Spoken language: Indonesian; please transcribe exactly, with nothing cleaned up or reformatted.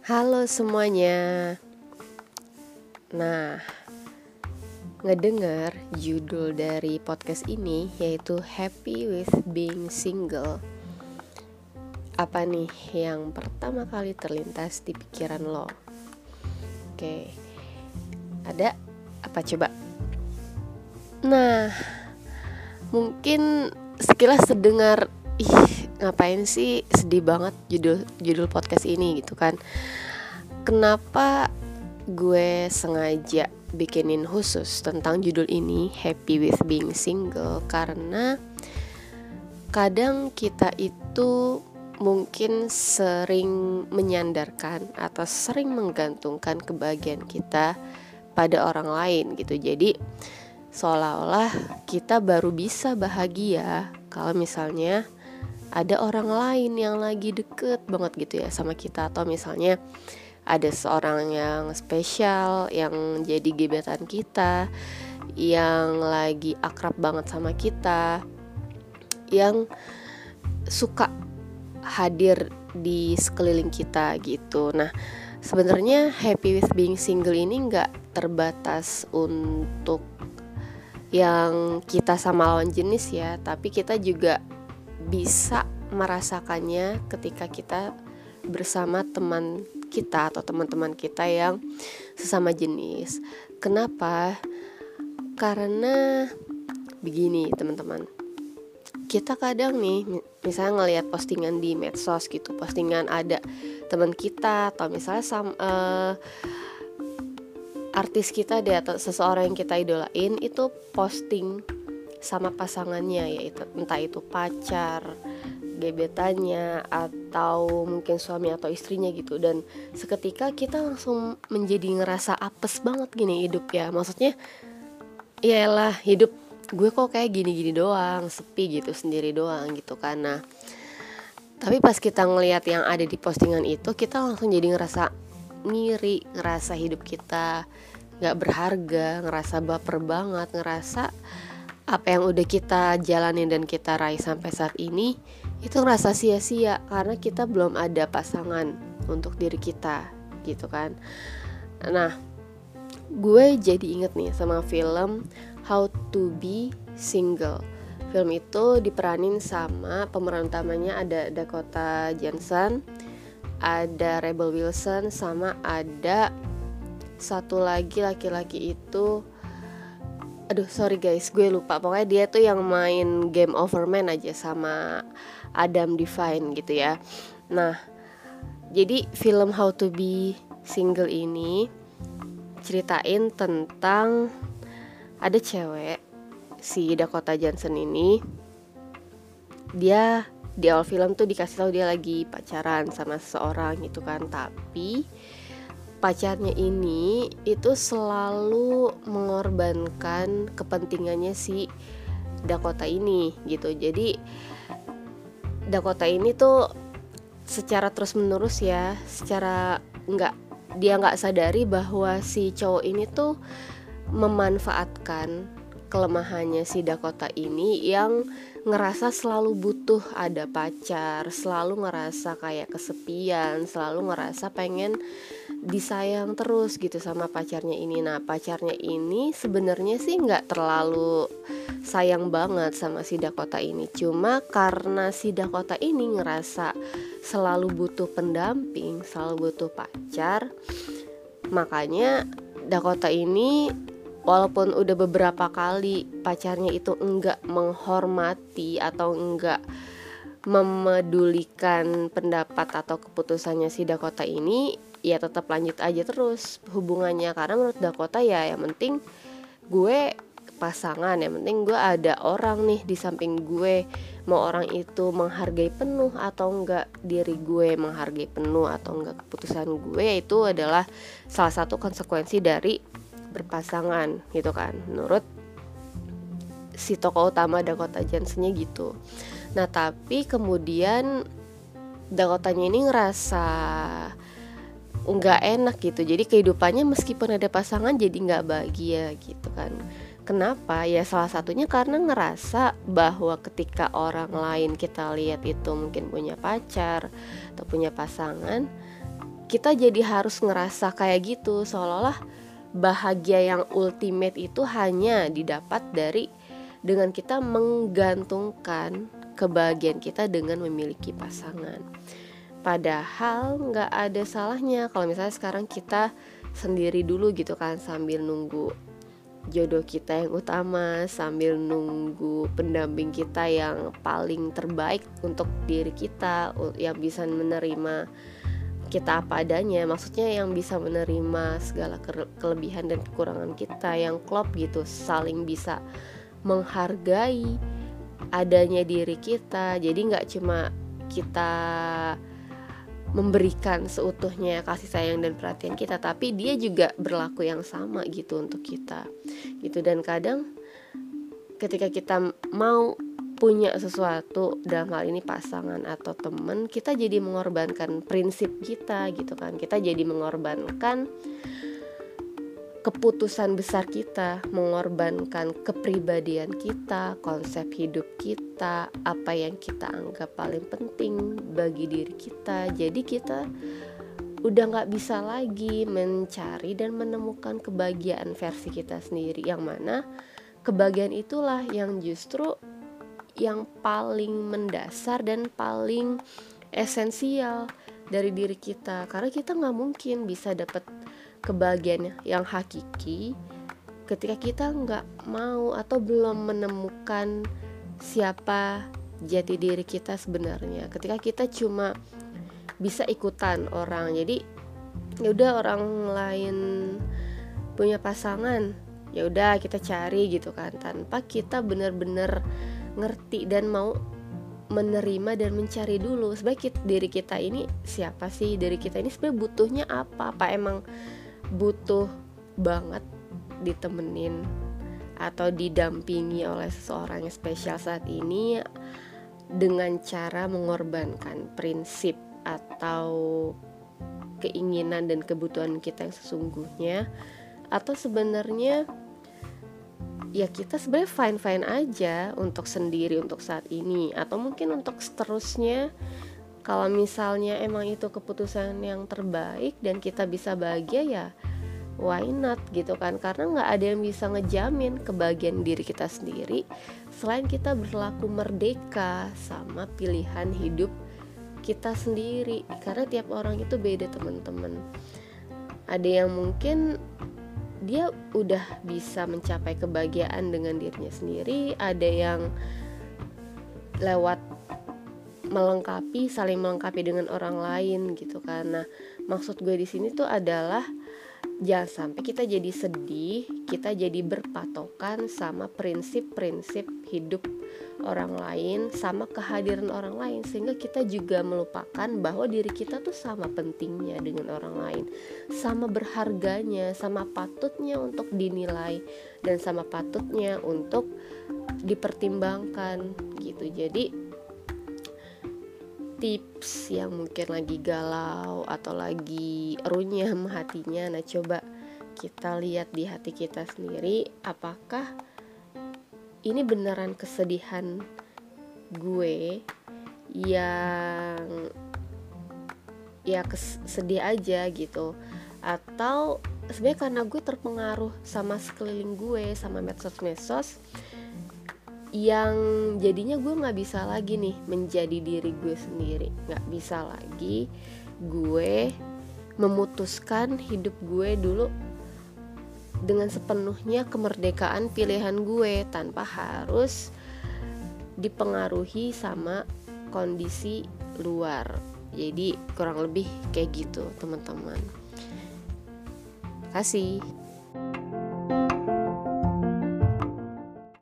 Halo semuanya. Nah, ngedengar judul dari podcast ini yaitu Happy with Being Single. Apa nih yang pertama kali terlintas di pikiran lo? Oke, ada apa coba? Nah, mungkin sekilas terdengar, ih ngapain sih sedih banget judul judul podcast ini gitu kan. Kenapa gue sengaja bikinin khusus tentang judul ini, Happy with Being Single? Karena kadang kita itu mungkin sering menyandarkan atau sering menggantungkan kebahagiaan kita pada orang lain gitu. Jadi seolah-olah kita baru bisa bahagia kalau misalnya ada orang lain yang lagi deket banget gitu ya sama kita. Atau misalnya ada seorang yang spesial yang jadi gebetan kita, yang lagi akrab banget sama kita, yang suka hadir di sekeliling kita gitu. Nah, sebenarnya happy with being single ini gak terbatas untuk yang kita sama lawan jenis ya, tapi kita juga bisa merasakannya ketika kita bersama teman kita atau teman-teman kita yang sesama jenis. Kenapa? Karena begini teman-teman, kita kadang nih misalnya ngelihat postingan di medsos gitu, postingan ada teman kita atau misalnya sam, uh, artis kita deh atau seseorang yang kita idolain itu posting sama pasangannya, yaitu entah itu pacar, gebetannya, atau mungkin suami atau istrinya gitu. Dan seketika kita langsung menjadi ngerasa apes banget gini hidup ya. Maksudnya yaelah hidup gue kok kayak gini-gini doang, sepi gitu, sendiri doang gitu kan. Nah, tapi pas kita ngelihat yang ada di postingan itu, kita langsung jadi ngerasa ngiri, ngerasa hidup kita gak berharga, ngerasa baper banget, ngerasa apa yang udah kita jalanin dan kita raih sampai saat ini itu ngerasa sia-sia karena kita belum ada pasangan untuk diri kita gitu kan. Nah, gue jadi inget nih sama film How to Be Single. Film itu diperanin sama pemeran utamanya ada Dakota Johnson, ada Rebel Wilson, sama ada satu lagi laki-laki itu, aduh sorry guys gue lupa, pokoknya dia tuh yang main Game Over Man aja sama Adam Devine gitu ya. Nah, jadi film How to Be Single ini ceritain tentang ada cewek, si Dakota Johnson ini, dia di awal film tuh dikasih tahu dia lagi pacaran sama seseorang gitu kan, tapi pacarnya ini itu selalu mengorbankan kepentingannya si Dakota ini gitu. Jadi Dakota ini tuh secara terus menerus ya, secara nggak dia nggak sadari bahwa si cowok ini tuh memanfaatkan kelemahannya si Dakota ini yang ngerasa selalu butuh ada pacar, selalu ngerasa kayak kesepian, selalu ngerasa pengen disayang terus gitu sama pacarnya ini. Nah, pacarnya ini sebenarnya sih nggak terlalu sayang banget sama si Dakota ini, cuma karena si Dakota ini ngerasa selalu butuh pendamping, selalu butuh pacar, makanya Dakota ini walaupun udah beberapa kali pacarnya itu enggak menghormati atau enggak memedulikan pendapat atau keputusannya si Dakota ini, ya tetap lanjut aja terus hubungannya. Karena menurut Dakota ya yang penting gue pasangan, yang penting gue ada orang nih di samping gue, mau orang itu menghargai penuh atau enggak diri gue menghargai penuh atau enggak keputusan gue, itu adalah salah satu konsekuensi dari berpasangan gitu kan, menurut si tokoh utama Dakota Johnson-nya gitu. Nah, tapi kemudian Dakotanya ini ngerasa nggak enak gitu, jadi kehidupannya meskipun ada pasangan jadi nggak bahagia gitu kan. Kenapa? Ya salah satunya karena ngerasa bahwa ketika orang lain kita lihat itu mungkin punya pacar atau punya pasangan, kita jadi harus ngerasa kayak gitu, seolah-olah bahagia yang ultimate itu hanya didapat dari dengan kita menggantungkan kebahagiaan kita dengan memiliki pasangan. Padahal nggak ada salahnya kalau misalnya sekarang kita sendiri dulu gitu kan, sambil nunggu jodoh kita yang utama, sambil nunggu pendamping kita yang paling terbaik untuk diri kita, yang bisa menerima kita apa adanya, maksudnya yang bisa menerima segala kelebihan dan kekurangan kita, yang klop gitu, saling bisa menghargai adanya diri kita. Jadi nggak cuma kita memberikan seutuhnya kasih sayang dan perhatian kita, tapi dia juga berlaku yang sama gitu untuk kita gitu. Dan kadang ketika kita mau punya sesuatu, dalam hal ini pasangan atau teman, kita jadi mengorbankan prinsip kita gitu kan. Kita jadi mengorbankan keputusan besar kita, mengorbankan kepribadian kita, konsep hidup kita, apa yang kita anggap paling penting bagi diri kita. Jadi kita udah gak bisa lagi mencari dan menemukan kebahagiaan versi kita sendiri, yang mana kebahagiaan itulah yang justru yang paling mendasar dan paling esensial dari diri kita. Karena kita gak mungkin bisa dapat kebahagiaan yang hakiki ketika kita nggak mau atau belum menemukan siapa jati diri kita sebenarnya. Ketika kita cuma bisa ikutan orang, jadi ya udah orang lain punya pasangan, ya udah kita cari gitu kan, tanpa kita benar-benar ngerti dan mau menerima dan mencari dulu sebagai diri kita ini siapa sih, diri kita ini sebenarnya butuhnya apa, apa emang butuh banget ditemenin atau didampingi oleh seseorang yang spesial saat ini dengan cara mengorbankan prinsip atau keinginan dan kebutuhan kita yang sesungguhnya, atau sebenarnya ya kita sebenarnya fine-fine aja untuk sendiri untuk saat ini, atau mungkin untuk seterusnya. Kalau misalnya emang itu keputusan yang terbaik dan kita bisa bahagia, ya why not gitu kan. Karena gak ada yang bisa ngejamin kebahagiaan diri kita sendiri selain kita berlaku merdeka sama pilihan hidup kita sendiri. Karena tiap orang itu beda teman-teman. Ada yang mungkin dia udah bisa mencapai kebahagiaan dengan dirinya sendiri, ada yang lewat melengkapi, saling melengkapi dengan orang lain gitu kan. Nah, maksud gue di sini tuh adalah jangan sampai kita jadi sedih, kita jadi berpatokan sama prinsip-prinsip hidup orang lain, sama kehadiran orang lain, sehingga kita juga melupakan bahwa diri kita tuh sama pentingnya dengan orang lain, sama berharganya, sama patutnya untuk dinilai, dan sama patutnya untuk dipertimbangkan gitu. Jadi tips yang mungkin lagi galau atau lagi runyam hatinya, nah coba kita lihat di hati kita sendiri, apakah ini beneran kesedihan gue yang ya sedih aja gitu, atau sebenarnya karena gue terpengaruh sama sekeliling gue, sama medsos-medsos yang jadinya gue gak bisa lagi nih menjadi diri gue sendiri. Gak bisa lagi gue memutuskan hidup gue dulu dengan sepenuhnya kemerdekaan pilihan gue, tanpa harus dipengaruhi sama kondisi luar. Jadi kurang lebih kayak gitu teman-teman. Terima kasih.